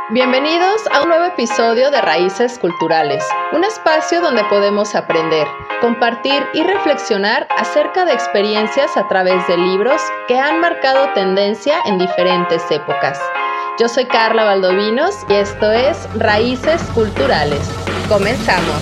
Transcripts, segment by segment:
Bienvenidos a un nuevo episodio de Raíces Culturales, un espacio donde podemos aprender, compartir y reflexionar acerca de experiencias a través de libros que han marcado tendencia en diferentes épocas. Yo soy Carla Valdovinos y esto es Raíces Culturales. Comenzamos.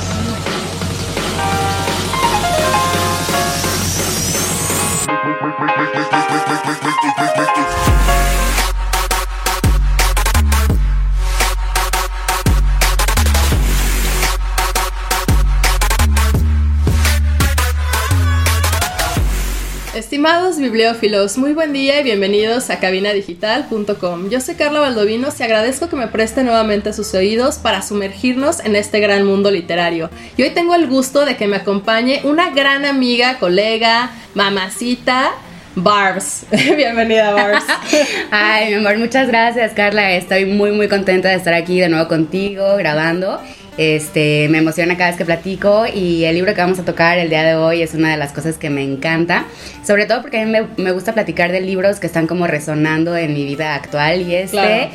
Estimados bibliófilos, muy buen día y bienvenidos a cabinadigital.com. Yo soy Carla Valdovinos y agradezco que me preste nuevamente sus oídos para sumergirnos en este gran mundo literario. Y hoy tengo el gusto de que me acompañe una gran amiga, colega, mamacita, Barbs. Bienvenida, Barbs. Ay, mi amor, muchas gracias, Carla. Estoy muy contenta de estar aquí de nuevo contigo, grabando. Me emociona cada vez que platico y el libro que vamos a tocar el día de hoy es una de las cosas que me encanta, sobre todo porque a mí me gusta platicar de libros que están como resonando en mi vida actual y Claro.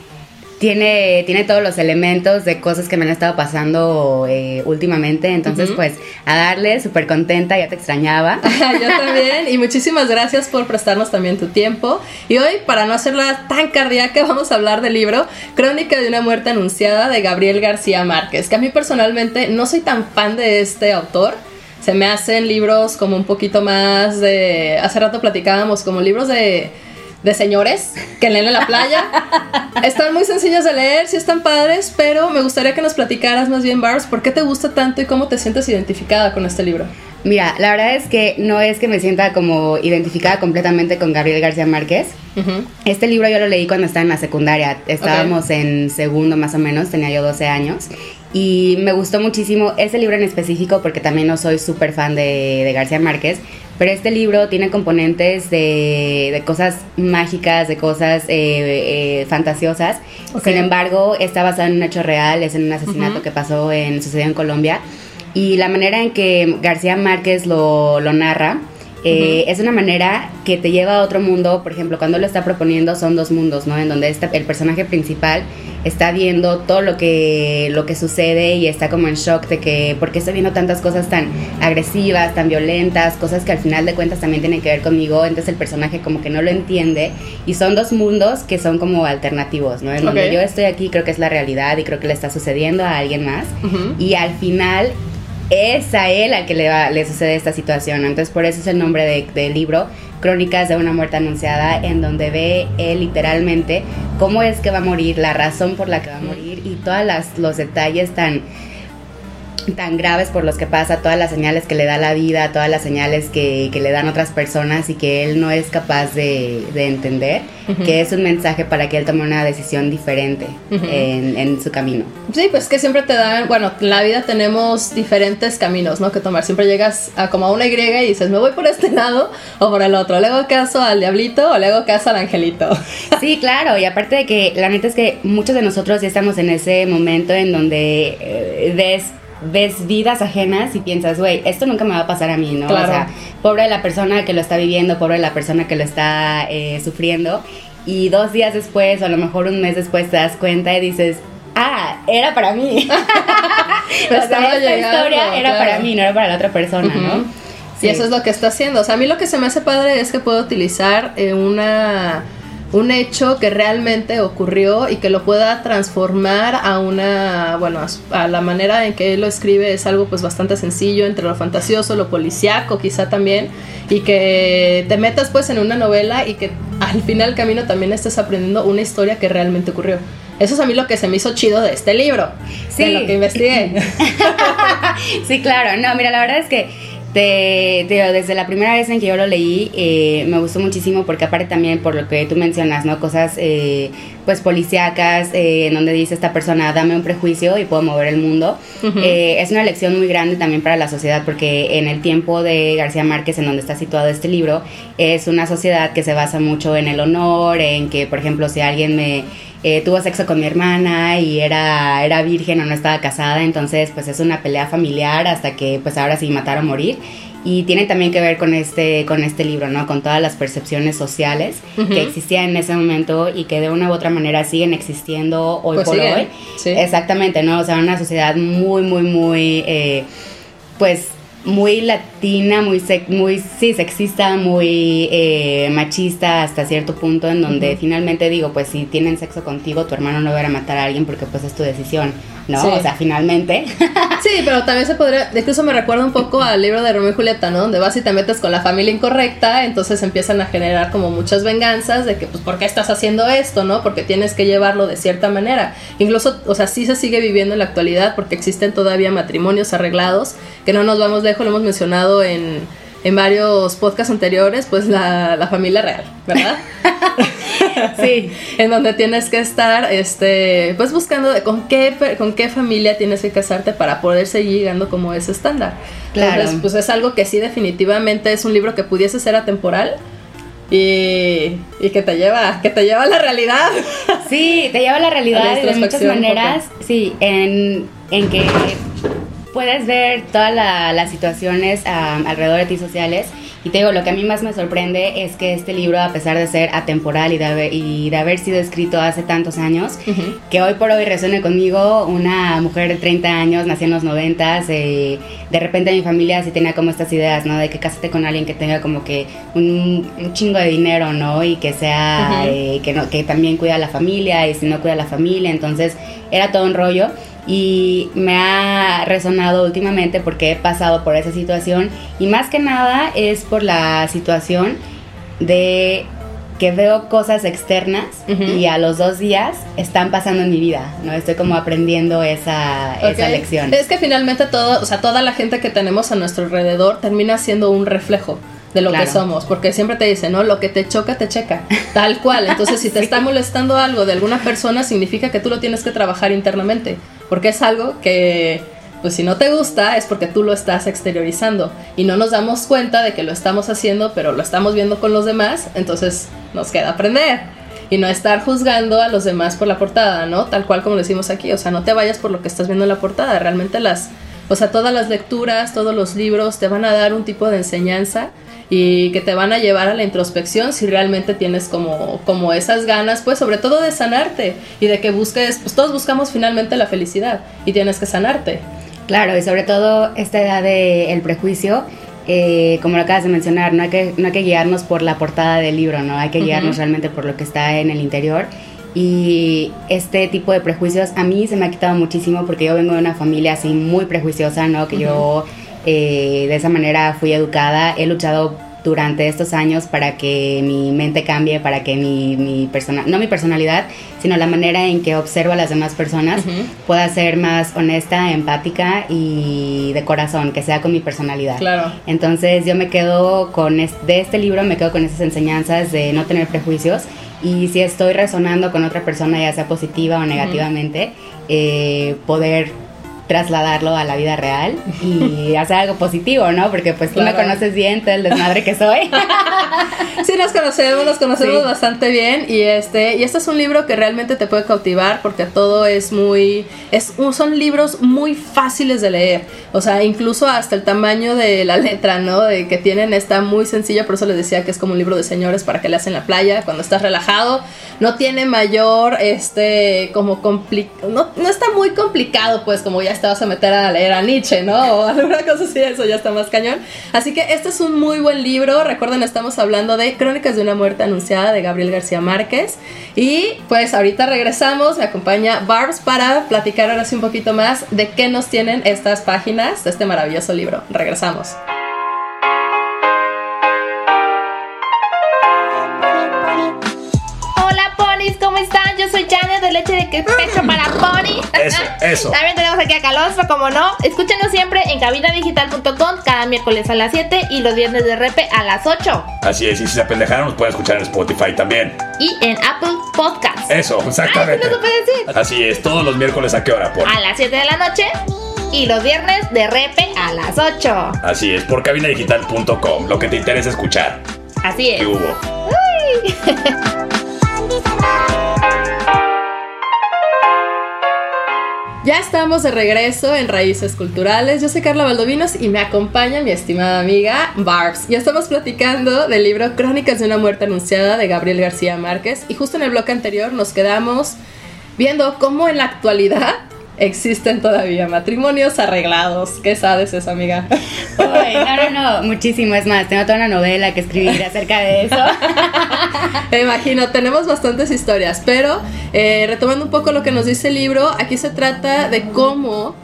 Tiene todos los elementos de cosas que me han estado pasando últimamente, entonces pues a darle, súper contenta, ya te extrañaba. Yo también, y muchísimas gracias por prestarnos también tu tiempo. Y hoy, para no hacerla tan cardíaca, vamos a hablar del libro Crónica de una muerte anunciada de Gabriel García Márquez, que a mí personalmente no soy tan fan de este autor. Se me hacen libros como un poquito más de... Hace rato platicábamos como libros de señores que leen en la playa. Están muy sencillos de leer, sí están padres, pero me gustaría que nos platicaras más bien, Barbs, ¿por qué te gusta tanto y cómo te sientes identificada con este libro? Mira, la verdad es que no es que me sienta como identificada completamente con Gabriel García Márquez. Este libro yo lo leí cuando estaba en la secundaria. Estábamos en segundo más o menos, tenía yo 12 años. Y me gustó muchísimo ese libro en específico porque también no soy súper fan de García Márquez. Pero este libro tiene componentes de cosas mágicas, de cosas fantasiosas. Sin embargo, está basado en un hecho real, es en un asesinato que sucedió en Colombia. Y la manera en que García Márquez lo narra es una manera que te lleva a otro mundo. Por ejemplo, cuando lo está proponiendo son dos mundos, ¿no? En donde el personaje principal está viendo todo lo que sucede y está como en shock de que ¿por qué estoy viendo tantas cosas tan agresivas, tan violentas? Cosas que al final de cuentas también tienen que ver conmigo. Entonces el personaje como que no lo entiende y son dos mundos que son como alternativos, ¿no? En donde yo estoy aquí, creo que es la realidad y creo que le está sucediendo a alguien más y al final es a él al que le sucede esta situación. Entonces por eso es el nombre del libro, Crónicas de una muerte anunciada, en donde ve él literalmente cómo es que va a morir, la razón por la que va a morir y todos los detalles tan graves por los que pasa, todas las señales que le da la vida, todas las señales que le dan otras personas y que él no es capaz de entender, que es un mensaje para que él tome una decisión diferente en su camino. Sí, pues que siempre te dan, bueno, en la vida tenemos diferentes caminos, ¿no? Que tomar. Siempre llegas a como a una Y y dices, me voy por este lado o por el otro. ¿Le hago caso al diablito o le hago caso al angelito? Sí, claro, y aparte de que la neta es que muchos de nosotros ya estamos en ese momento en donde ves vidas ajenas y piensas, güey, esto nunca me va a pasar a mí, ¿no? Claro. O sea, pobre de la persona que lo está viviendo, pobre de la persona que lo está sufriendo, y 2 días después o a lo mejor un mes después te das cuenta y dices, era para mí. O sea, esta historia era para mí, no era para la otra persona, ¿no? Sí. Y eso es lo que está haciendo. O sea, a mí lo que se me hace padre es que puedo utilizar un hecho que realmente ocurrió y que lo pueda transformar a la manera en que él lo escribe. Es algo pues bastante sencillo, entre lo fantasioso, lo policíaco quizá también, y que te metas pues en una novela y que al final del camino también estés aprendiendo una historia que realmente ocurrió. Eso es a mí lo que se me hizo chido de este libro, de lo que investigué. Sí, claro. No, mira, la verdad es que desde la primera vez en que yo lo leí me gustó muchísimo porque aparte también por lo que tú mencionas, ¿no? Cosas pues policíacas, en donde dice esta persona, dame un prejuicio y puedo mover el mundo. Es una lección muy grande también para la sociedad porque en el tiempo de García Márquez, en donde está situado este libro, es una sociedad que se basa mucho en el honor, en que por ejemplo si alguien tuvo sexo con mi hermana y era virgen o no estaba casada, entonces pues es una pelea familiar hasta que pues ahora sí matar o morir. Y tiene también que ver con este libro, ¿no? Con todas las percepciones sociales que existían en ese momento y que de una u otra manera siguen existiendo hoy por hoy. Sí. Exactamente, ¿no? O sea, una sociedad muy, muy, muy, pues, muy latina, muy sexista, muy machista hasta cierto punto, en donde finalmente digo, pues si tienen sexo contigo, tu hermano no va a matar a alguien porque pues es tu decisión, ¿no? Sí. O sea, finalmente. Sí, pero también se podría, incluso me recuerda un poco al libro de Romeo y Julieta, ¿no? Donde vas y te metes con la familia incorrecta, entonces empiezan a generar como muchas venganzas de que, pues, ¿por qué estás haciendo esto, no? Porque tienes que llevarlo de cierta manera. Incluso, o sea, sí se sigue viviendo en la actualidad porque existen todavía matrimonios arreglados, que no nos vamos lejos, lo hemos mencionado en varios podcasts anteriores, pues la familia real, ¿verdad? Sí, en donde tienes que estar pues buscando con qué familia tienes que casarte para poder seguir llegando como ese estándar. Claro. Entonces, pues es algo que sí definitivamente es un libro que pudiese ser atemporal y que te lleva a la realidad. Sí, te lleva a la realidad y de muchas maneras, sí, en que puedes ver todas las situaciones alrededor de ti sociales. Y te digo, lo que a mí más me sorprende es que este libro, a pesar de ser atemporal y de haber sido escrito hace tantos años, que hoy por hoy resuene conmigo, una mujer de 30 años, nací en los 90s, de repente mi familia sí tenía como estas ideas, ¿no? De que cásate con alguien que tenga como que un chingo de dinero, ¿no? Y que sea, que también cuida a la familia, y si no cuida a la familia, entonces era todo un rollo. Y me ha resonado últimamente porque he pasado por esa situación y más que nada es por la situación de que veo cosas externas y a los 2 días están pasando en mi vida, ¿no? Estoy como aprendiendo esa lección. Es que finalmente toda la gente que tenemos a nuestro alrededor termina siendo un reflejo de lo que somos, porque siempre te dicen, ¿no? Lo que te choca, te checa, tal cual. Entonces, si te está molestando algo de alguna persona, significa que tú lo tienes que trabajar internamente, porque es algo que, pues si no te gusta, es porque tú lo estás exteriorizando y no nos damos cuenta de que lo estamos haciendo, pero lo estamos viendo con los demás, entonces nos queda aprender y no estar juzgando a los demás por la portada, ¿no? Tal cual como lo decimos aquí, o sea, no te vayas por lo que estás viendo en la portada, realmente todas las lecturas, todos los libros te van a dar un tipo de enseñanza y que te van a llevar a la introspección si realmente tienes como esas ganas, pues sobre todo de sanarte y de que busques, pues todos buscamos finalmente la felicidad y tienes que sanarte. Claro, y sobre todo esta edad del prejuicio, como lo acabas de mencionar, no hay que guiarnos por la portada del libro, ¿no? Hay que guiarnos realmente por lo que está en el interior. Y este tipo de prejuicios a mí se me ha quitado muchísimo porque yo vengo de una familia así muy prejuiciosa, ¿no? Que yo de esa manera fui educada, he luchado durante estos años para que mi mente cambie, para que no mi personalidad, sino la manera en que observo a las demás personas pueda ser más honesta, empática y de corazón, que sea con mi personalidad. Claro. Entonces yo me quedo de este libro, me quedo con esas enseñanzas de no tener prejuicios. Y si estoy resonando con otra persona, ya sea positiva o negativamente, poder trasladarlo a la vida real y hacer algo positivo, ¿no? Porque pues tú me conoces bien, todo el desmadre que soy. Sí, nos conocemos bastante bien y este es un libro que realmente te puede cautivar porque todo son libros muy fáciles de leer, o sea, incluso hasta el tamaño de la letra, ¿no? De que tienen, está muy sencilla, por eso les decía que es como un libro de señores para que leas en la playa cuando estás relajado, no tiene mayor, no está muy complicado, pues como ya te vas a meter a leer a Nietzsche, ¿no? O alguna cosa así, eso ya está más cañón. Así que este es un muy buen libro. Recuerden, estamos hablando de Crónicas de una muerte anunciada de Gabriel García Márquez. Y pues ahorita regresamos, me acompaña Barbs para platicar ahora sí un poquito más de qué nos tienen estas páginas de este maravilloso libro. Regresamos. ¿Cómo están? Yo soy Janet de Leche de Pecho para Pony. Eso. También tenemos aquí a Calostro, como no. Escúchenos siempre en cabinadigital.com cada miércoles a las 7 y los viernes de repe a las 8. Así es, y si se apendejaron nos pueden escuchar en Spotify también. Y en Apple Podcasts. Eso, exactamente. ¿Sí lo puede decir? Así es, todos los miércoles ¿a qué hora? A las 7 de la noche y los viernes de repe a las 8. Así es, por cabinadigital.com, lo que te interesa escuchar. Así es. ¿Qué hubo? Uy. Ya Ya estamos de regreso en Raíces Culturales. Yo soy Carla Valdovinos y me acompaña mi estimada amiga Barbs. Ya estamos platicando del libro Crónicas de una muerte anunciada de Gabriel García Márquez. Y justo en el bloque anterior nos quedamos viendo cómo en la actualidad existen todavía matrimonios arreglados. ¿Qué sabes eso, amiga? Uy, no, muchísimo. Es más, tengo toda una novela que escribir acerca de eso. Me imagino, tenemos bastantes historias, pero retomando un poco lo que nos dice el libro, aquí se trata de cómo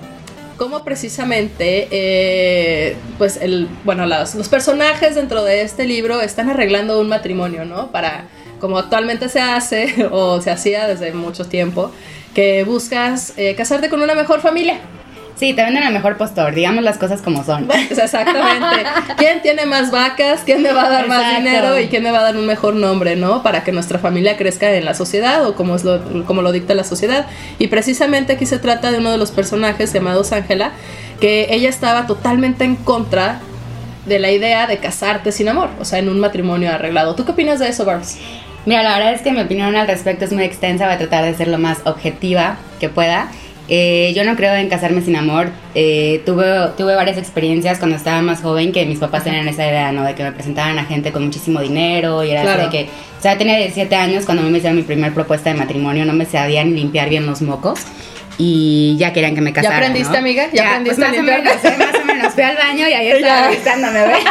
precisamente pues los personajes dentro de este libro están arreglando un matrimonio, ¿no? Para, como actualmente se hace o se hacía desde mucho tiempo, que buscas casarte con una mejor familia. Sí, te venden el mejor postor, digamos las cosas como son. Pues exactamente. ¿Quién tiene más vacas? ¿Quién me va a dar más dinero? ¿Y quién me va a dar un mejor nombre, no? Para que nuestra familia crezca en la sociedad o como lo dicta la sociedad. Y precisamente aquí se trata de uno de los personajes llamados Ángela, que ella estaba totalmente en contra de la idea de casarte sin amor, o sea, en un matrimonio arreglado. ¿Tú qué opinas de eso, Barbs? Mira, la verdad es que mi opinión al respecto es muy extensa, voy a tratar de ser lo más objetiva que pueda. Yo no creo en casarme sin amor. Tuve varias experiencias cuando estaba más joven que mis papás tenían esa idea, ¿no? De que me presentaban a gente con muchísimo dinero y era así de que... O sea, tenía 17 años cuando me hicieron mi primer propuesta de matrimonio, no me sabía ni limpiar bien los mocos y ya querían que me casara, ¿Ya aprendiste, ¿no? amiga? ¿Ya aprendiste pues más o menos. Fui al baño y ahí estaba revisándome, ¿ves?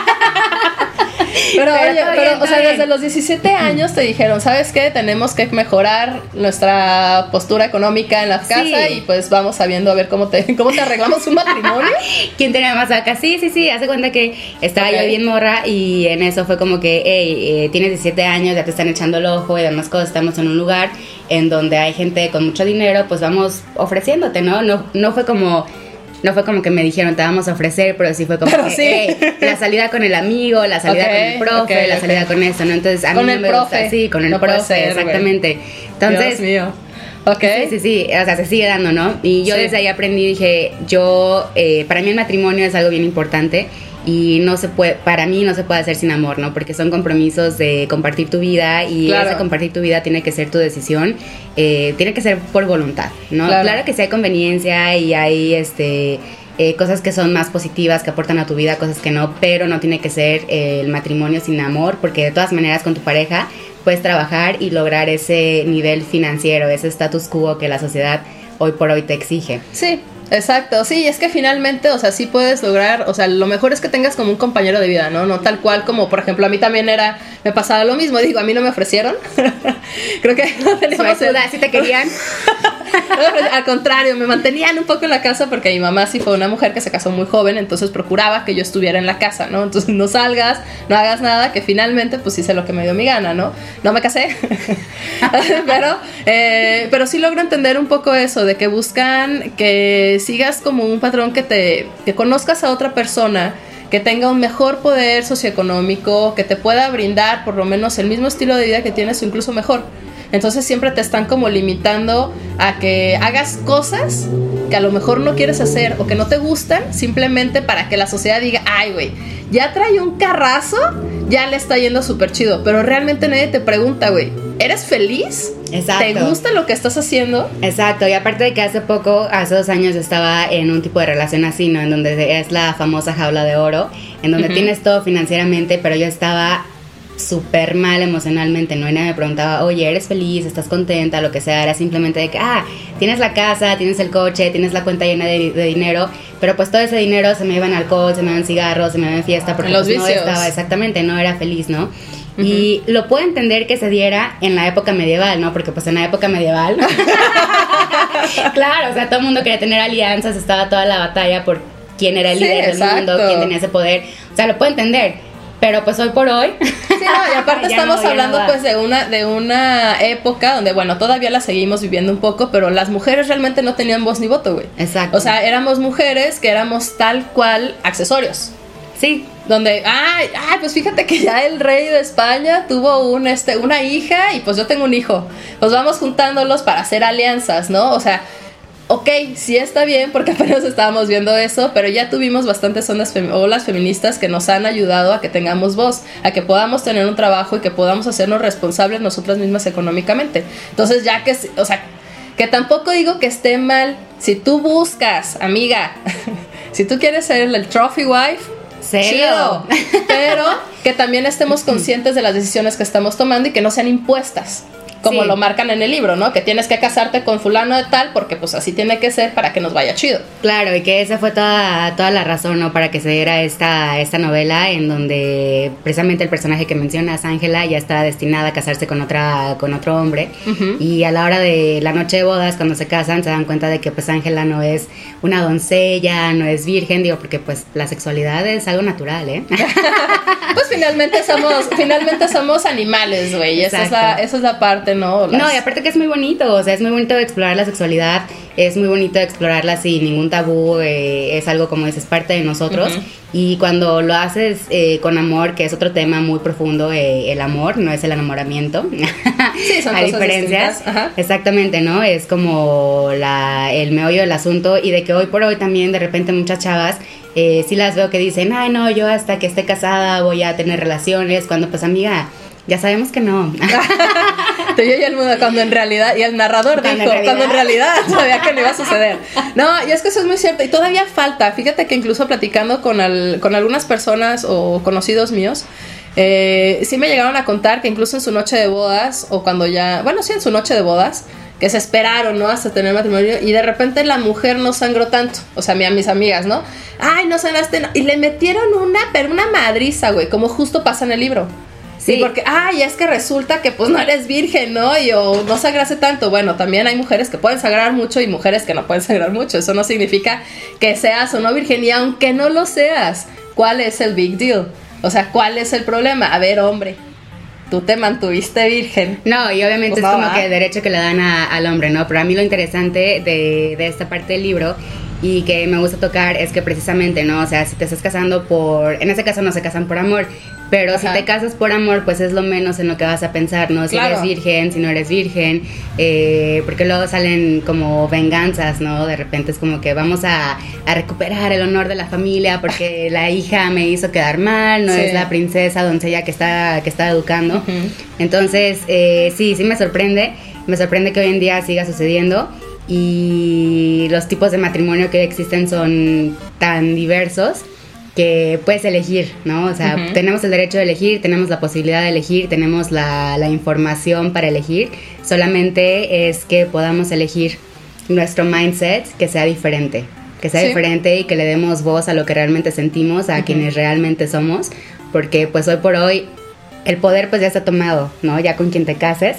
Pero o sea, desde los 17 años te dijeron, ¿sabes qué? Tenemos que mejorar nuestra postura económica en la casa y pues vamos sabiendo a ver cómo te arreglamos un matrimonio. ¿Quién tenía más acá? Sí, hace cuenta que estaba yo bien morra y en eso fue como que, hey, tienes 17 años, ya te están echando el ojo y demás cosas, estamos en un lugar en donde hay gente con mucho dinero, pues vamos ofreciéndote, ¿no? No fue como que me dijeron te vamos a ofrecer, pero sí fue como que, hey, la salida con el amigo, la salida con el profe, la salida con eso, ¿no? Entonces a mí no me gusta, sí, con el profe, ser, exactamente. Entonces, Dios mío. Sí, o sea, se sigue dando, ¿no? Y yo desde ahí aprendí, dije, para mí el matrimonio es algo bien importante y para mí no se puede hacer sin amor, ¿no? Porque son compromisos de compartir tu vida y ese compartir tu vida tiene que ser tu decisión, tiene que ser por voluntad, ¿no? Claro que sí hay conveniencia y hay cosas que son más positivas, que aportan a tu vida, cosas que no, pero no tiene que ser el matrimonio sin amor, porque de todas maneras con tu pareja puedes trabajar y lograr ese nivel financiero, ese status quo que la sociedad hoy por hoy te exige. Sí. Exacto, sí, es que finalmente, o sea, sí puedes lograr, o sea, lo mejor es que tengas como un compañero de vida, ¿no? No tal cual como, por ejemplo, a mí también me pasaba lo mismo, digo, a mí no me ofrecieron, creo que no teníamos ¿sí te querían? Al contrario, me mantenían un poco en la casa porque mi mamá sí fue una mujer que se casó muy joven, entonces procuraba que yo estuviera en la casa, ¿no? Entonces no salgas, no hagas nada, que finalmente pues hice lo que me dio mi gana, ¿no? No me casé, pero sí logro entender un poco eso, de que buscan que sigas como un patrón que conozcas a otra persona que tenga un mejor poder socioeconómico, que te pueda brindar por lo menos el mismo estilo de vida que tienes o incluso mejor. Entonces siempre te están como limitando a que hagas cosas que a lo mejor no quieres hacer o que no te gustan, simplemente para que la sociedad diga, ay güey, ya trae un carrazo, ya le está yendo súper chido, pero realmente nadie te pregunta, güey, ¿eres feliz? Exacto. ¿Te gusta lo que estás haciendo? Exacto, y aparte de que hace 2 años estaba en un tipo de relación así, ¿no? En donde es la famosa jaula de oro, en donde tienes todo financieramente, pero yo estaba súper mal emocionalmente, ¿no? Y nadie me preguntaba, oye, ¿eres feliz? ¿Estás contenta? Lo que sea, era simplemente de que, tienes la casa, tienes el coche, tienes la cuenta llena de dinero, pero pues todo ese dinero se me iba en alcohol, se me iba en cigarros, se me iba en fiesta, porque los pues, no vicios. estaba, exactamente, no era feliz, ¿no? Y lo puedo entender que se diera en la época medieval, ¿no? Porque pues en la época medieval claro, o sea, todo el mundo quería tener alianzas, estaba toda la batalla por quién era el líder del mundo, quién tenía ese poder, o sea, lo puedo entender. Pero pues hoy por hoy. Sí, no, y aparte estamos hablando pues de una época donde, bueno, todavía la seguimos viviendo un poco, pero las mujeres realmente no tenían voz ni voto, güey. Exacto. O sea, éramos mujeres que éramos tal cual accesorios. Sí. Donde, pues fíjate que ya el rey de España tuvo una hija y pues yo tengo un hijo. Pues vamos juntándolos para hacer alianzas, ¿no? O sea, ok, sí está bien porque apenas estábamos viendo eso, pero ya tuvimos bastantes olas feministas que nos han ayudado a que tengamos voz, a que podamos tener un trabajo y que podamos hacernos responsables nosotras mismas económicamente. Entonces ya que, o sea, que tampoco digo que esté mal si tú buscas, amiga, si tú quieres ser el trophy wife, chido, pero que también estemos conscientes de las decisiones que estamos tomando y que no sean impuestas, como lo marcan en el libro, ¿no? Que tienes que casarte con fulano de tal porque pues así tiene que ser para que nos vaya chido. Claro, y que esa fue toda la razón, ¿no? Para que se diera esta novela en donde precisamente el personaje que mencionas, Ángela, ya está destinada a casarse con otro hombre. Y a la hora de la noche de bodas, cuando se casan, se dan cuenta de que pues Ángela no es una doncella, no es virgen, digo, porque pues la sexualidad es algo natural, ¿eh? Pues finalmente somos animales, güey. Esa es la parte, ¿no? No, y aparte que es muy bonito, o sea, es muy bonito explorar la sexualidad, es muy bonito explorarla sin ningún tabú, es algo, como dices, parte de nosotros. Y cuando lo haces con amor, que es otro tema muy profundo, el amor, no es el enamoramiento. Sí, son Hay cosas diferencias. Ajá. Exactamente, ¿no? Es como el meollo del asunto, y de que hoy por hoy también de repente muchas chavas sí las veo que dicen, ay no, yo hasta que esté casada voy a tener relaciones, cuando pues amiga, ya sabemos que no. Te oye el mundo cuando en realidad, y el narrador dijo, cuando en realidad sabía que no iba a suceder. No, y es que eso es muy cierto, y todavía falta. Fíjate que incluso platicando con algunas personas o conocidos míos, sí me llegaron a contar que incluso en su noche de bodas, o cuando ya, bueno, sí, en su noche de bodas, que se esperaron, ¿no? Hasta tener matrimonio, y de repente la mujer no sangró tanto, o sea, mis amigas, ¿no? Ay, no sangraste, y le metieron una madriza, güey, como justo pasa en el libro. Sí, porque, es que resulta que pues no eres virgen, ¿no? O no sangraste tanto. Bueno, también hay mujeres que pueden sangrar mucho y mujeres que no pueden sangrar mucho. Eso no significa que seas o no virgen, y aunque no lo seas, ¿cuál es el big deal? O sea, ¿cuál es el problema? A ver, hombre, tú te mantuviste virgen. No, y obviamente pues es como que el derecho que le dan al hombre, ¿no? Pero a mí lo interesante de esta parte del libro y que me gusta tocar es que precisamente, ¿no? O sea, si te estás casando en ese caso no se casan por amor, pero si te casas por amor, pues es lo menos en lo que vas a pensar, ¿no? Si eres virgen, si no eres virgen, porque luego salen como venganzas, ¿no? De repente es como que vamos a recuperar el honor de la familia porque la hija me hizo quedar mal, no es la princesa, doncella que está educando. Entonces, sí me sorprende que hoy en día siga sucediendo. Y los tipos de matrimonio que existen son tan diversos que puedes elegir, ¿no? O sea, tenemos el derecho de elegir, tenemos la posibilidad de elegir, tenemos la información para elegir. Solamente es que podamos elegir nuestro mindset que sea diferente. Diferente y que le demos voz a lo que realmente sentimos, a quienes realmente somos. Porque pues hoy por hoy el poder pues ya está tomado, ¿no? Ya con quien te cases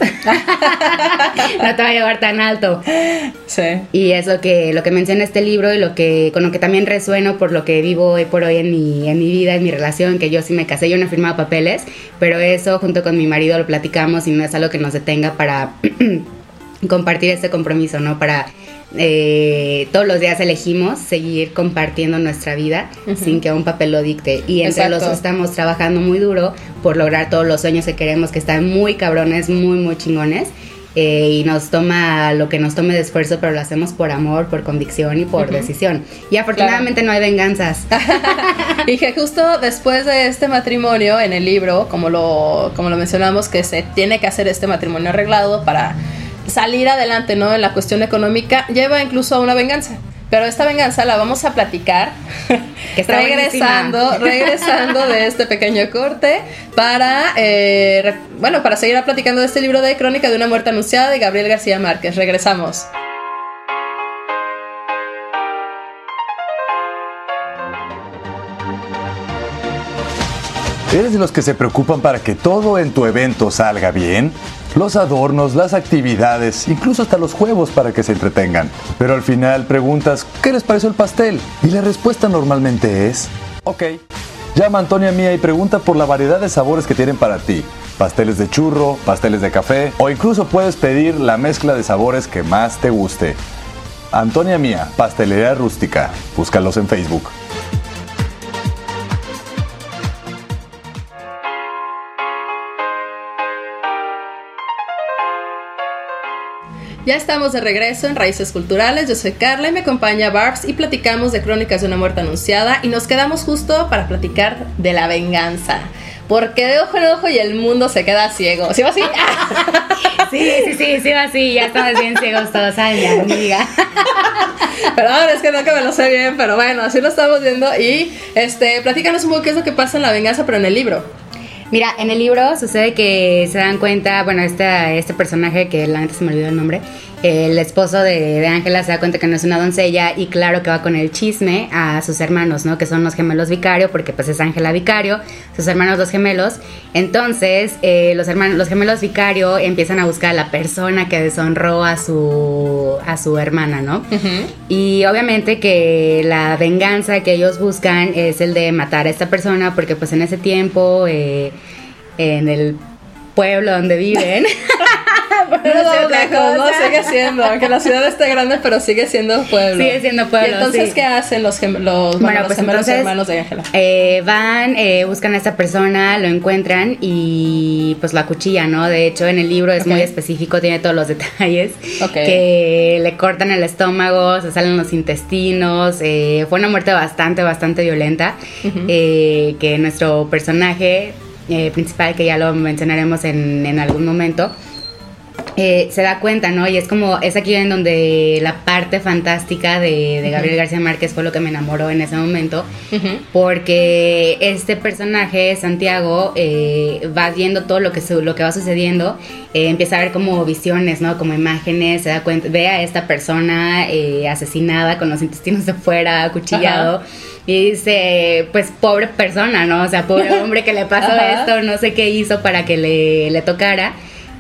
no te va a llevar tan alto. Sí. Y es lo que menciona este libro y con lo que también resueno por lo que vivo hoy por hoy en mi vida, en mi relación, que yo sí me casé, yo no he firmado papeles, pero eso junto con mi marido lo platicamos y no es algo que nos detenga para compartir este compromiso, ¿no? Para todos los días elegimos seguir compartiendo nuestra vida sin que un papel lo dicte, y entre los dos estamos trabajando muy duro por lograr todos los sueños que queremos, que están muy cabrones, muy muy chingones, y nos toma lo que nos tome de esfuerzo, pero lo hacemos por amor, por convicción y por decisión, y afortunadamente no hay venganzas. Y que justo después de este matrimonio en el libro, como lo mencionamos, que se tiene que hacer este matrimonio arreglado para salir adelante, ¿no? En la cuestión económica, lleva incluso a una venganza. Pero esta venganza la vamos a platicar que está regresando de este pequeño corte para seguir platicando de este libro de Crónica de una muerte anunciada de Gabriel García Márquez. Regresamos. ¿Eres de los que se preocupan para que todo en tu evento salga bien? Los adornos, las actividades, incluso hasta los juegos para que se entretengan. Pero al final preguntas, ¿qué les pareció el pastel? Y la respuesta normalmente es, ok. Llama a Antonia Mía y pregunta por la variedad de sabores que tienen para ti. Pasteles de churro, pasteles de café, o incluso puedes pedir la mezcla de sabores que más te guste. Antonia Mía, Pastelería Rústica. Búscalos en Facebook. Ya estamos de regreso en Raíces Culturales. Yo soy Carla y me acompaña Barbs y platicamos de Crónicas de una muerte anunciada, y nos quedamos justo para platicar de la venganza. Porque de ojo en ojo y el mundo se queda ciego. ¿Sí va así? Sí, va así, ya estamos bien ciegos todos, ay, mi amiga. Perdón, es que no que me lo sé bien, pero bueno, así lo estamos viendo. Y platícanos un poco qué es lo que pasa en La Venganza, pero en el libro. Mira, en el libro sucede que se dan cuenta, bueno, este personaje que la neta se me olvidó el nombre, el esposo de Ángela se da cuenta que no es una doncella y claro que va con el chisme a sus hermanos, ¿no? Que son los gemelos Vicario, porque pues es Ángela Vicario, sus hermanos los gemelos. Entonces, los gemelos Vicario empiezan a buscar a la persona que deshonró a su hermana, ¿no? Uh-huh. Y obviamente que la venganza que ellos buscan es el de matar a esta persona, porque pues en ese tiempo, en el pueblo donde viven... No, sigue siendo, aunque la ciudad esté grande, pero sigue siendo pueblo. Sigue siendo pueblo. ¿Y entonces sí. qué hacen los gemelos hermanos de Ángela? Van, buscan a esta persona, lo encuentran y pues la acuchillan, ¿no? De hecho, en el libro es muy específico, tiene todos los detalles. Que le cortan el estómago, se salen los intestinos. Fue una muerte bastante violenta. Uh-huh. Que nuestro personaje principal, que ya lo mencionaremos en algún momento, se da cuenta, ¿no? Y es aquí en donde la parte fantástica de Gabriel García Márquez fue lo que me enamoró en ese momento, uh-huh. Porque este personaje, Santiago, va viendo todo lo que va sucediendo, empieza a ver como visiones, ¿no? Como imágenes, se da cuenta, ve a esta persona asesinada con los intestinos de fuera, acuchillado. Uh-huh. Y dice, pues pobre persona, ¿no? O sea, pobre hombre que le pasó esto, no sé qué hizo para que le tocara.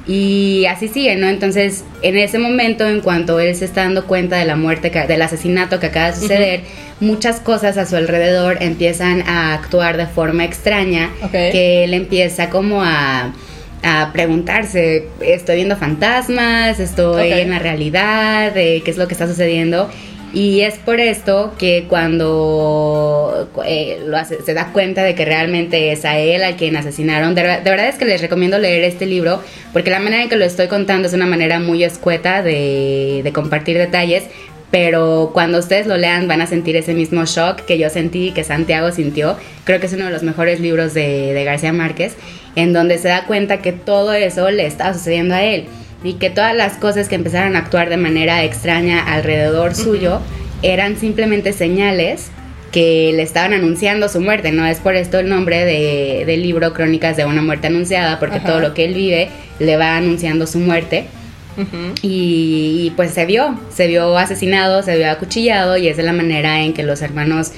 Y así sigue, ¿no? Entonces, en ese momento, en cuanto él se está dando cuenta de la muerte, del asesinato que acaba de suceder, uh-huh. Muchas cosas a su alrededor empiezan a actuar de forma extraña, que él empieza como a preguntarse, estoy viendo fantasmas, estoy en la realidad, qué es lo que está sucediendo. Y es por esto que cuando se da cuenta de que realmente es a él al quien asesinaron, de verdad es que les recomiendo leer este libro, porque la manera en que lo estoy contando es una manera muy escueta de compartir detalles, pero cuando ustedes lo lean van a sentir ese mismo shock que yo sentí, que Santiago sintió. Creo que es uno de los mejores libros de García Márquez, en donde se da cuenta que todo eso le estaba sucediendo a él. Y que todas las cosas que empezaron a actuar de manera extraña alrededor suyo eran simplemente señales que le estaban anunciando su muerte, ¿no? Es por esto el nombre del libro Crónicas de una muerte anunciada, porque todo lo que él vive le va anunciando su muerte. Uh-huh. Y pues se vio asesinado, se vio acuchillado, y esa es la manera en que los hermanos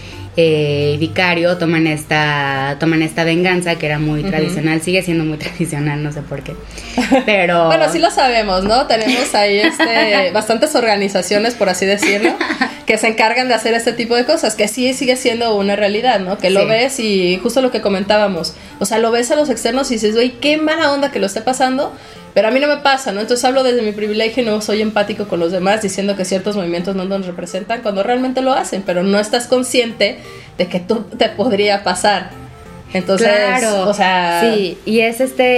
Vicario toman esta venganza, que era muy tradicional, sigue siendo muy tradicional, no sé por qué, pero bueno, sí lo sabemos, ¿no? Tenemos ahí bastantes organizaciones, por así decirlo, que se encargan de hacer este tipo de cosas, que sí sigue siendo una realidad, ¿no? Que lo ves y justo lo que comentábamos, o sea, lo ves a los externos y dices, güey, qué mala onda que lo esté pasando. Pero a mí no me pasa, ¿no? Entonces hablo desde mi privilegio y no soy empático con los demás diciendo que ciertos movimientos no nos representan cuando realmente lo hacen, pero no estás consciente de que tú te podría pasar. Entonces, claro, o sea... Sí, y es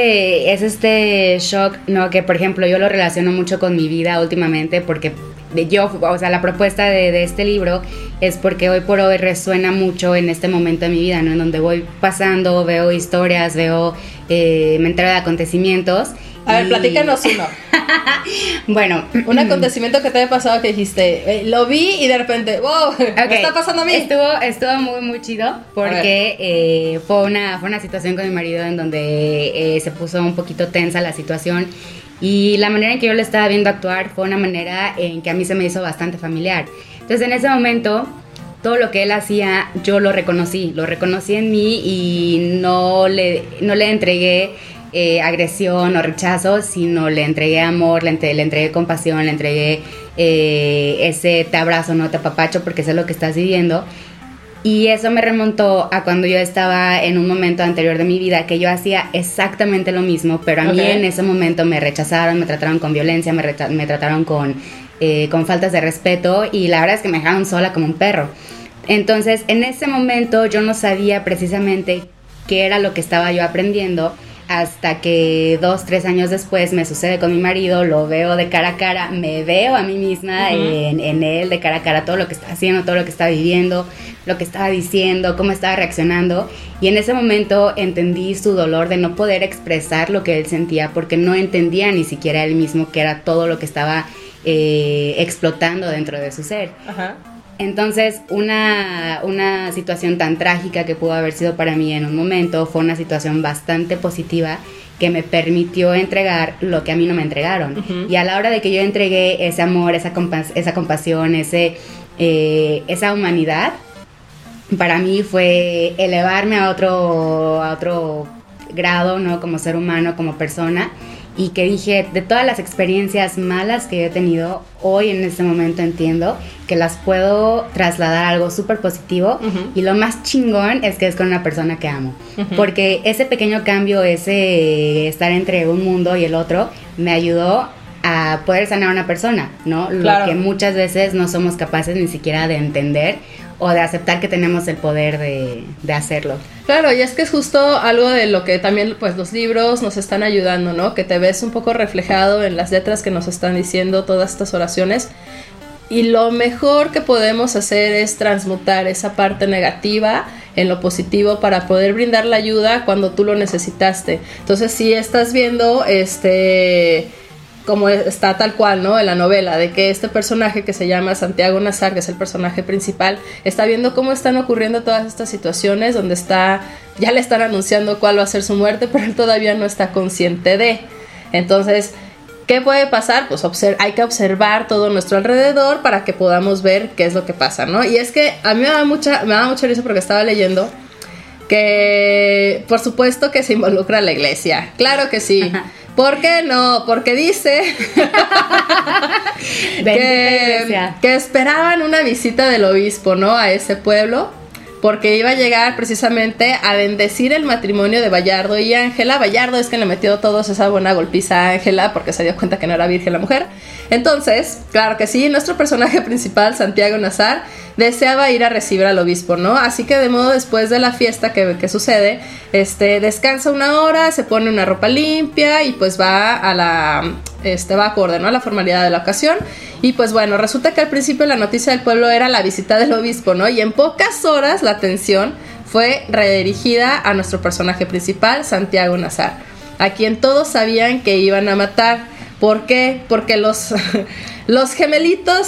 este shock, ¿no? Que, por ejemplo, yo lo relaciono mucho con mi vida últimamente porque la propuesta de este libro es porque hoy por hoy resuena mucho en este momento de mi vida, ¿no? En donde voy pasando, veo historias, me entero de acontecimientos. A ver, platícanos uno. Bueno, un acontecimiento que te haya pasado que dijiste, lo vi y de repente, wow, ¿qué está pasando a mí? Estuvo muy chido porque fue una situación con mi marido en donde se puso un poquito tensa la situación, y la manera en que yo lo estaba viendo actuar fue una manera en que a mí se me hizo bastante familiar. Entonces, en ese momento, todo lo que él hacía, yo lo reconocí en mí y no le entregué agresión o rechazo, sino le entregué amor, le entregué compasión, le entregué ese te abrazo, no te apapacho, porque sé lo que estás viviendo. Y eso me remontó a cuando yo estaba en un momento anterior de mi vida que yo hacía exactamente lo mismo, pero a mí en ese momento me rechazaron, me trataron con violencia, me trataron con faltas de respeto, y la verdad es que me dejaron sola como un perro. Entonces, en ese momento yo no sabía precisamente qué era lo que estaba yo aprendiendo, hasta que 2-3 años después me sucede con mi marido, lo veo de cara a cara, me veo a mí misma en él de cara a cara, todo lo que está haciendo, todo lo que está viviendo, lo que estaba diciendo, cómo estaba reaccionando, y en ese momento entendí su dolor de no poder expresar lo que él sentía, porque no entendía ni siquiera él mismo que era todo lo que estaba explotando dentro de su ser. Ajá. Entonces, una situación tan trágica que pudo haber sido para mí en un momento fue una situación bastante positiva que me permitió entregar lo que a mí no me entregaron. Y a la hora de que yo entregué ese amor, esa compasión, esa humanidad, para mí fue elevarme a otro grado, ¿no? Como ser humano, como persona. Y que dije, de todas las experiencias malas que he tenido, hoy en este momento entiendo que las puedo trasladar a algo súper positivo. Y lo más chingón es que es con una persona que amo. Porque ese pequeño cambio, ese estar entre un mundo y el otro, me ayudó a poder sanar a una persona, ¿no? Claro. Lo que muchas veces no somos capaces ni siquiera de entender o de aceptar que tenemos el poder de hacerlo. Claro, y es que es justo algo de lo que también pues los libros nos están ayudando, ¿no? Que te ves un poco reflejado en las letras que nos están diciendo todas estas oraciones, y lo mejor que podemos hacer es transmutar esa parte negativa en lo positivo para poder brindar la ayuda cuando tú lo necesitaste. Entonces, si estás viendo como está tal cual, ¿no? En la novela, de que este personaje que se llama Santiago Nazar, que es el personaje principal, está viendo cómo están ocurriendo todas estas situaciones donde ya le están anunciando cuál va a ser su muerte, pero él todavía no está consciente de. Entonces, ¿qué puede pasar? Pues hay que observar todo nuestro alrededor para que podamos ver qué es lo que pasa, ¿no? Y es que a mí me da mucha risa porque estaba leyendo que, por supuesto que se involucra la iglesia. Claro que sí. ¿Por qué no? Porque dice que esperaban una visita del obispo, ¿no? A ese pueblo, porque iba a llegar precisamente a bendecir el matrimonio de Bayardo y Ángela. Bayardo es que le metió todos esa buena golpiza a Ángela porque se dio cuenta que no era virgen la mujer. Entonces, claro que sí, nuestro personaje principal, Santiago Nazar, deseaba ir a recibir al obispo, ¿no? Así que de modo después de la fiesta que sucede, descansa una hora, se pone una ropa limpia y pues va acorde, ¿no? A la formalidad de la ocasión. Y pues bueno, resulta que al principio la noticia del pueblo era la visita del obispo, ¿no? Y en pocas horas la atención fue redirigida a nuestro personaje principal, Santiago Nazar, a quien todos sabían que iban a matar. ¿Por qué? Porque los gemelitos,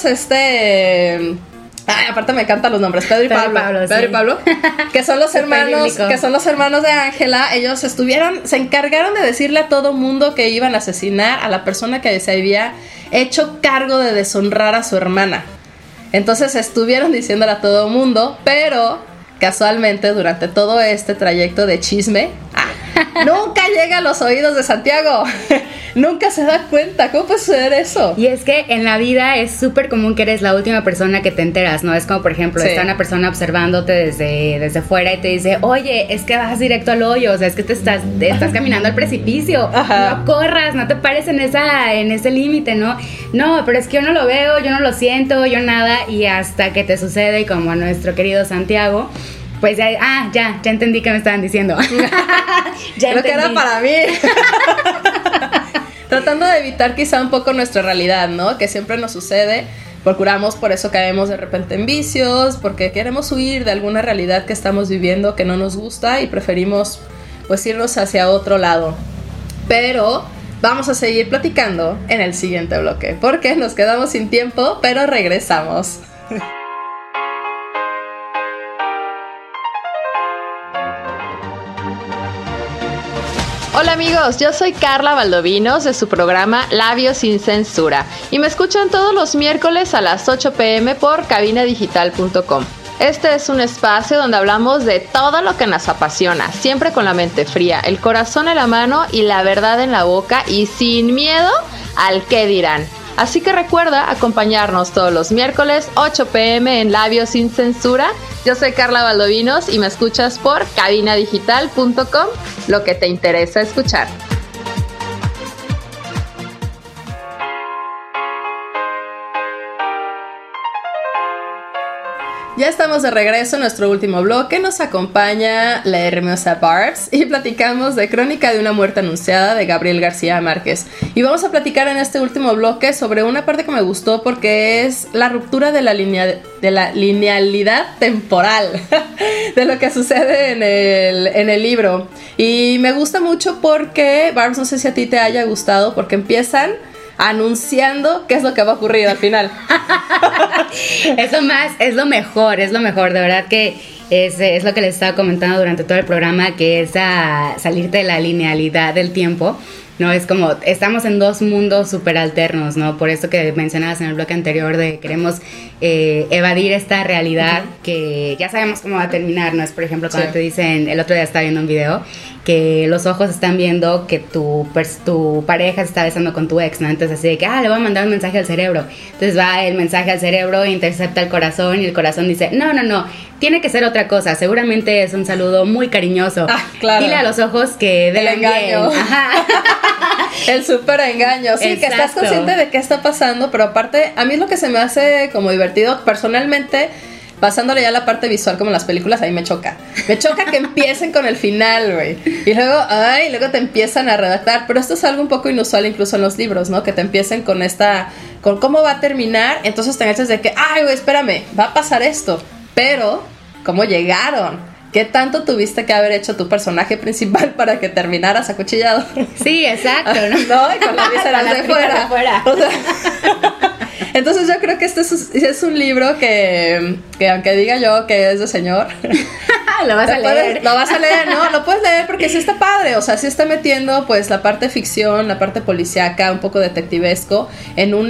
aparte me encantan los nombres, Pedro y Pablo, que son los hermanos de Ángela. Ellos se encargaron de decirle a todo mundo que iban a asesinar a la persona que se había hecho cargo de deshonrar a su hermana. Entonces estuvieron diciéndole a todo mundo, pero casualmente durante todo este trayecto de chisme, nunca llega a los oídos de Santiago. Nunca se da cuenta. ¿Cómo puede suceder eso? Y es que en la vida es súper común que eres la última persona que te enteras, ¿no? Es como, por ejemplo, está una persona observándote desde fuera y te dice, oye, es que vas directo al hoyo, o sea, es que te estás caminando al precipicio. Ajá. No corras, no te pares en ese límite, ¿no? No, pero es que yo no lo veo, yo no lo siento, yo nada. Y hasta que te sucede, como a nuestro querido Santiago, pues ya entendí qué me estaban diciendo. Creo que era para mí. Tratando de evitar quizá un poco nuestra realidad, ¿no? Que siempre nos sucede. Procuramos, por eso caemos de repente en vicios, porque queremos huir de alguna realidad que estamos viviendo que no nos gusta y preferimos pues irnos hacia otro lado. Pero vamos a seguir platicando en el siguiente bloque, porque nos quedamos sin tiempo, pero regresamos. Hola amigos, yo soy Carla Valdovinos de su programa Labios sin Censura y me escuchan todos los miércoles a las 8 p.m. por cabinadigital.com. Este es un espacio donde hablamos de todo lo que nos apasiona, siempre con la mente fría, el corazón en la mano y la verdad en la boca y sin miedo al qué dirán. Así que recuerda acompañarnos todos los miércoles 8 p.m. en Labios sin Censura. Yo soy Carla Valdovinos y me escuchas por cabinadigital.com, lo que te interesa escuchar. Ya estamos de regreso en nuestro último bloque. Nos acompaña la hermosa Barbs y platicamos de Crónica de una muerte anunciada de Gabriel García Márquez. Y vamos a platicar en este último bloque sobre una parte que me gustó porque es la ruptura de la linealidad temporal de lo que sucede en el libro. Y me gusta mucho porque, Barbs, no sé si a ti te haya gustado, porque empiezan anunciando qué es lo que va a ocurrir al final. Eso más, es lo mejor, de verdad que es lo que les estaba comentando durante todo el programa, que es a salirte de la linealidad del tiempo, ¿no? Es como, estamos en dos mundos súper alternos, ¿no? Por eso que mencionabas en el bloque anterior de queremos evadir esta realidad que ya sabemos cómo va a terminar, ¿no? Es, por ejemplo, cuando te dicen, el otro día estaba viendo un video, que los ojos están viendo que tu pareja se está besando con tu ex, ¿no? Entonces así de que, le voy a mandar un mensaje al cerebro. Entonces va el mensaje al cerebro, intercepta el corazón y el corazón dice, no, tiene que ser otra cosa, seguramente es un saludo muy cariñoso. Claro. Dile a los ojos que den el engaño. Bien. Ajá. El súper engaño. Sí, exacto. Que estás consciente de qué está pasando, pero aparte, a mí es lo que se me hace como divertido, personalmente, pasándole ya la parte visual como en las películas, a mí me choca. Me choca que empiecen con el final, güey. Y luego te empiezan a redactar. Pero esto es algo un poco inusual incluso en los libros, ¿no? Que te empiecen con cómo va a terminar. Entonces te enganchas de que, güey, espérame, va a pasar esto. Pero, ¿cómo llegaron? ¿Qué tanto tuviste que haber hecho tu personaje principal para que terminaras acuchillado? Sí, exacto, ¿no? No, y con las vísceras de fuera. O sea, entonces yo creo que este es un libro que aunque diga yo que es de señor, lo vas a leer. Lo vas a leer, ¿no? Lo puedes leer porque sí está padre. O sea, sí está metiendo pues la parte ficción, la parte policíaca, un poco detectivesco en un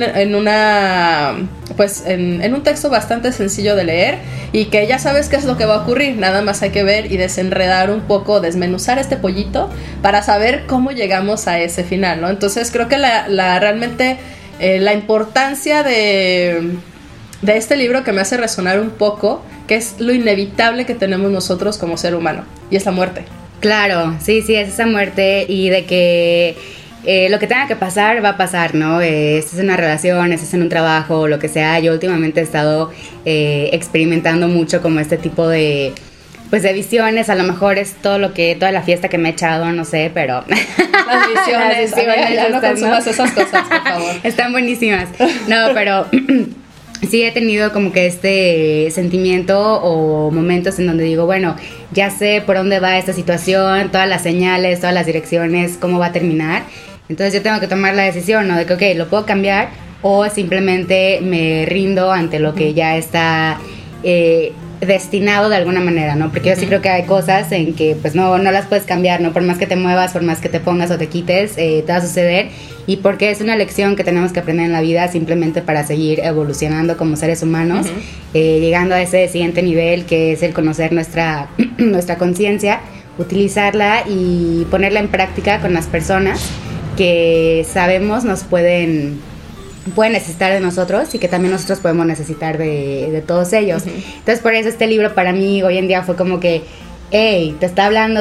texto bastante sencillo de leer y que ya sabes qué es lo que va a ocurrir. Nada más hay que ver y desenredar un poco, desmenuzar este pollito para saber cómo llegamos a ese final, ¿no? Entonces creo que realmente la importancia de este libro que me hace resonar un poco, que es lo inevitable que tenemos nosotros como ser humano, y es la muerte. Claro, sí, es esa muerte y de que lo que tenga que pasar va a pasar, ¿no? Estás en una relación, estás en un trabajo, lo que sea. Yo últimamente he estado experimentando mucho como este tipo de visiones. A lo mejor es toda la fiesta que me he echado, no sé, pero las visiones, ya no consumas esas cosas, por favor. Están buenísimas. No, pero sí he tenido como que este sentimiento o momentos en donde digo, bueno, ya sé por dónde va esta situación, todas las señales, todas las direcciones, cómo va a terminar. Entonces yo tengo que tomar la decisión, ¿no? De que, ok, lo puedo cambiar o simplemente me rindo ante lo que ya está destinado de alguna manera, ¿no? Porque yo sí creo que hay cosas en que pues no las puedes cambiar, ¿no? Por más que te muevas, por más que te pongas o te quites, te va a suceder, y porque es una lección que tenemos que aprender en la vida simplemente para seguir evolucionando como seres humanos, llegando a ese siguiente nivel que es el conocer nuestra conciencia, utilizarla y ponerla en práctica con las personas que sabemos nos pueden necesitar de nosotros y que también nosotros podemos necesitar de todos ellos. Entonces por eso este libro para mí hoy en día fue como que, hey, te está hablando,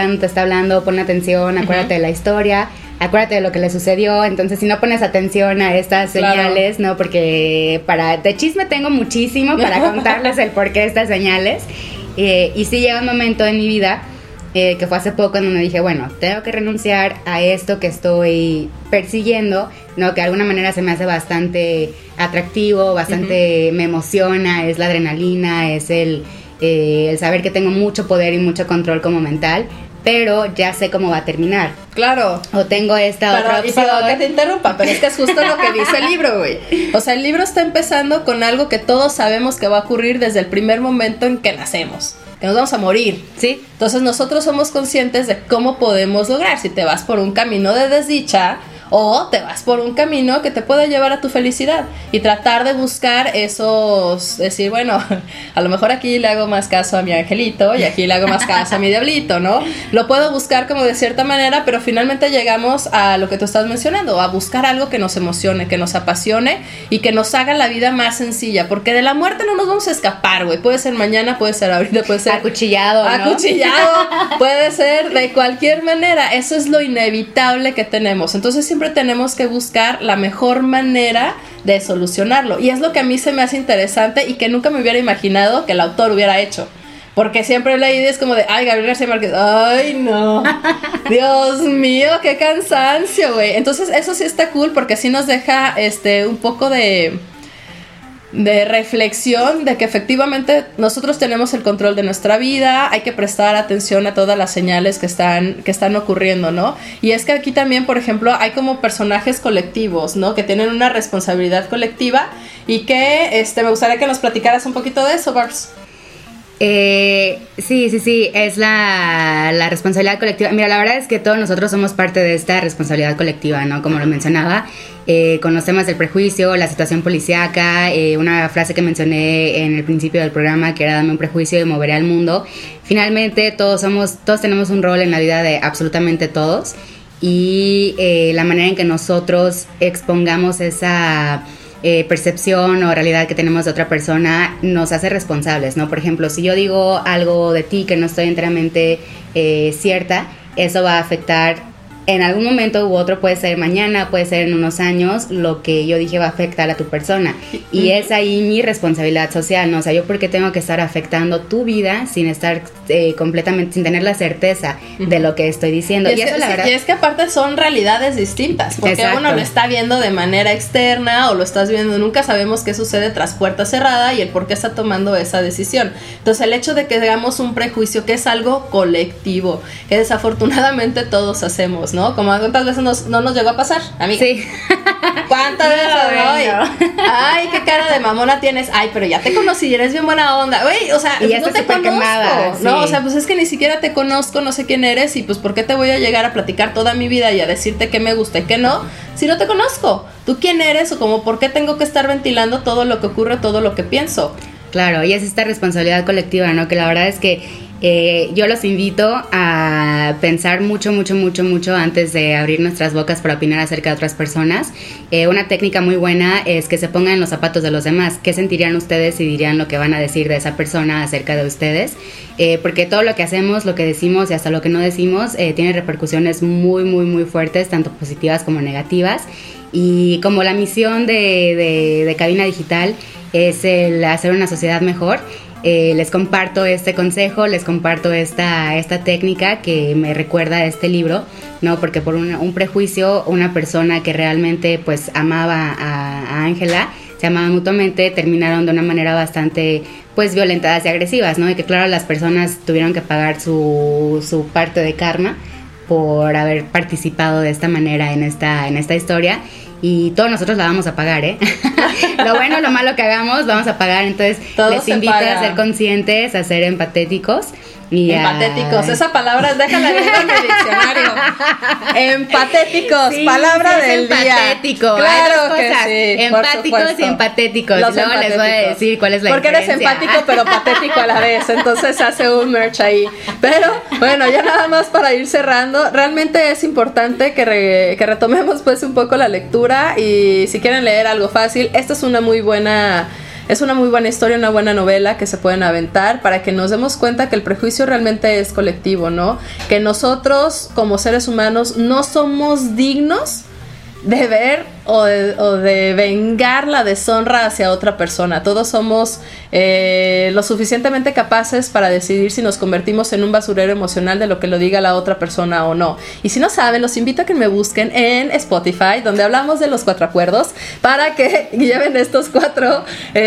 pon atención, acuérdate de la historia, acuérdate de lo que le sucedió. Entonces si no pones atención a estas señales, ¿no? Porque de chisme tengo muchísimo para contarles el porqué de estas señales, y sí llega un momento en mi vida que fue hace poco en donde dije, bueno, tengo que renunciar a esto que estoy persiguiendo, ¿no? Que de alguna manera se me hace bastante atractivo, bastante me emociona, es la adrenalina, es el saber que tengo mucho poder y mucho control como mental, pero ya sé cómo va a terminar. Claro. O tengo esta otra opción. Perdón que te interrumpa, pero es que es justo lo que dice el libro, güey. O sea, el libro está empezando con algo que todos sabemos que va a ocurrir desde el primer momento en que nacemos, que nos vamos a morir, ¿sí? Entonces nosotros somos conscientes de cómo podemos lograr, si te vas por un camino de desdicha o te vas por un camino que te pueda llevar a tu felicidad, y tratar de buscar decir, bueno, a lo mejor aquí le hago más caso a mi angelito y aquí le hago más caso a mi diablito, ¿no? Lo puedo buscar como de cierta manera, pero finalmente llegamos a lo que tú estás mencionando, a buscar algo que nos emocione, que nos apasione y que nos haga la vida más sencilla, porque de la muerte no nos vamos a escapar, güey. Puede ser mañana, puede ser ahorita, puede ser acuchillado, ¿no? Puede ser de cualquier manera. Eso es lo inevitable que tenemos. Entonces siempre tenemos que buscar la mejor manera de solucionarlo. Y es lo que a mí se me hace interesante y que nunca me hubiera imaginado que el autor hubiera hecho. Porque siempre leí es como de, ay, Gabriel García Márquez, ay, no, Dios mío, qué cansancio, güey. Entonces eso sí está cool porque sí nos deja un poco de reflexión de que efectivamente nosotros tenemos el control de nuestra vida, hay que prestar atención a todas las señales que están ocurriendo, ¿no? Y es que aquí también, por ejemplo, hay como personajes colectivos, ¿no? Que tienen una responsabilidad colectiva y que me gustaría que nos platicaras un poquito de eso, Barbs. Sí, es la responsabilidad colectiva. Mira, la verdad es que todos nosotros somos parte de esta responsabilidad colectiva, ¿no? Como lo mencionaba, con los temas del prejuicio, la situación policíaca, una frase que mencioné en el principio del programa, que era dame un prejuicio y moveré al mundo. Finalmente, todos tenemos un rol en la vida de absolutamente todos, y la manera en que nosotros expongamos esa percepción o realidad que tenemos de otra persona nos hace responsables, ¿no? Por ejemplo, si yo digo algo de ti que no estoy enteramente cierta, eso va a afectar en algún momento u otro, puede ser mañana, puede ser en unos años, lo que yo dije va a afectar a tu persona. Y es ahí mi responsabilidad social, ¿no? O sea, yo por qué tengo que estar afectando tu vida sin estar completamente, sin tener la certeza de lo que estoy diciendo. Y es que aparte son realidades distintas, porque Exacto. uno lo está viendo de manera externa o lo estás viendo, nunca sabemos qué sucede tras puerta cerrada y el por qué está tomando esa decisión. Entonces el hecho de que hagamos un prejuicio que es algo colectivo, que desafortunadamente todos hacemos, ¿no? Como cuántas veces no nos llegó a pasar, amiga. Sí. ¿Cuántas veces hoy? Ay, qué cara de mamona tienes. Ay, pero ya te conocí, eres bien buena onda. Güey, o sea, y ya no te conozco. Quemada, sí. No, o sea, pues es que ni siquiera te conozco, no sé quién eres y pues ¿por qué te voy a llegar a platicar toda mi vida y a decirte qué me gusta y qué no? Si no te conozco. ¿Tú quién eres? O como ¿por qué tengo que estar ventilando todo lo que ocurre, todo lo que pienso? Claro, y es esta responsabilidad colectiva, ¿no? Que la verdad es que yo los invito a pensar mucho antes de abrir nuestras bocas para opinar acerca de otras personas. Una técnica muy buena es que se pongan en los zapatos de los demás. ¿Qué sentirían ustedes si dirían lo que van a decir de esa persona acerca de ustedes? Porque todo lo que hacemos, lo que decimos y hasta lo que no decimos tiene repercusiones muy fuertes, tanto positivas como negativas. Y como la misión de Cabina Digital es el hacer una sociedad mejor, les comparto este consejo, les comparto esta técnica que me recuerda a este libro, ¿no? Porque por un prejuicio, una persona que realmente pues amaba a Ángela, se amaban mutuamente, terminaron de una manera bastante pues violentadas y agresivas, ¿no? Y que claro, las personas tuvieron que pagar su parte de karma por haber participado de esta manera en esta historia. Y todos nosotros la vamos a pagar, ¿eh? Lo bueno, lo malo que hagamos, vamos a pagar. Entonces, todo les invito a ser conscientes, a ser empatéticos. Empatéticos, esa palabra, déjala en el diccionario. Empatéticos, sí, palabra sí, del día. Empatético, claro que sí, empáticos y empatéticos. Los luego les voy a decir cuál es la porque diferencia. Porque eres empático pero patético a la vez, entonces hace un merch ahí. Pero bueno, ya nada más para ir cerrando, realmente es importante que retomemos pues un poco la lectura y si quieren leer algo fácil, esta es una muy buena historia, una buena novela que se pueden aventar para que nos demos cuenta que el prejuicio realmente es colectivo, ¿no? Que nosotros como seres humanos no somos dignos de ver o de vengar la deshonra hacia otra persona. Todos somos lo suficientemente capaces para decidir si nos convertimos en un basurero emocional de lo que lo diga la otra persona o no. Y si no saben, los invito a que me busquen en Spotify, donde hablamos de los 4 acuerdos, para que lleven estas cuatro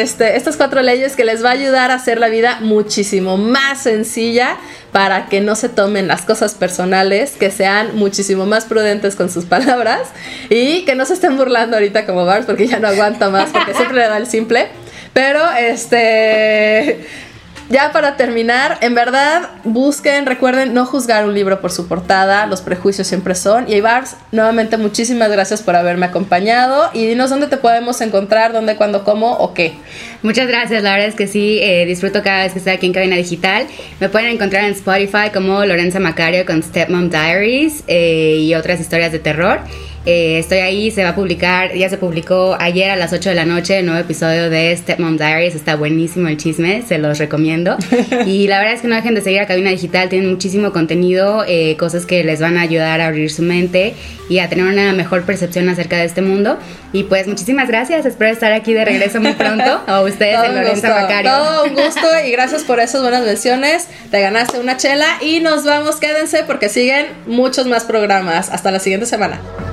leyes que les va a ayudar a hacer la vida muchísimo más sencilla, para que no se tomen las cosas personales, que sean muchísimo más prudentes con sus palabras y que no se estén burlando ahorita como Barbs, porque ya no aguanta más, porque siempre le da el simple. Pero ya para terminar, en verdad, recuerden no juzgar un libro por su portada, los prejuicios siempre son. Y Barbs, nuevamente muchísimas gracias por haberme acompañado y dinos dónde te podemos encontrar, dónde, cuándo, cómo o qué. Muchas gracias, la verdad es que sí, disfruto cada vez que estoy aquí en Cabina Digital. Me pueden encontrar en Spotify como Lorenza Macario con Stepmom Diaries y otras historias de terror. Estoy ahí, se va a publicar, ya se publicó ayer a las 8 de la noche el nuevo episodio de Stepmom Diaries. Está buenísimo el chisme, se los recomiendo. Y la verdad es que no dejen de seguir a Cabina Digital, tienen muchísimo contenido, cosas que les van a ayudar a abrir su mente y a tener una mejor percepción acerca de este mundo. Y pues muchísimas gracias, espero estar aquí de regreso muy pronto. A ustedes, en Lorenza Macario. Todo un gusto y gracias por esas buenas menciones. Te ganaste una chela y nos vamos, quédense porque siguen muchos más programas. Hasta la siguiente semana.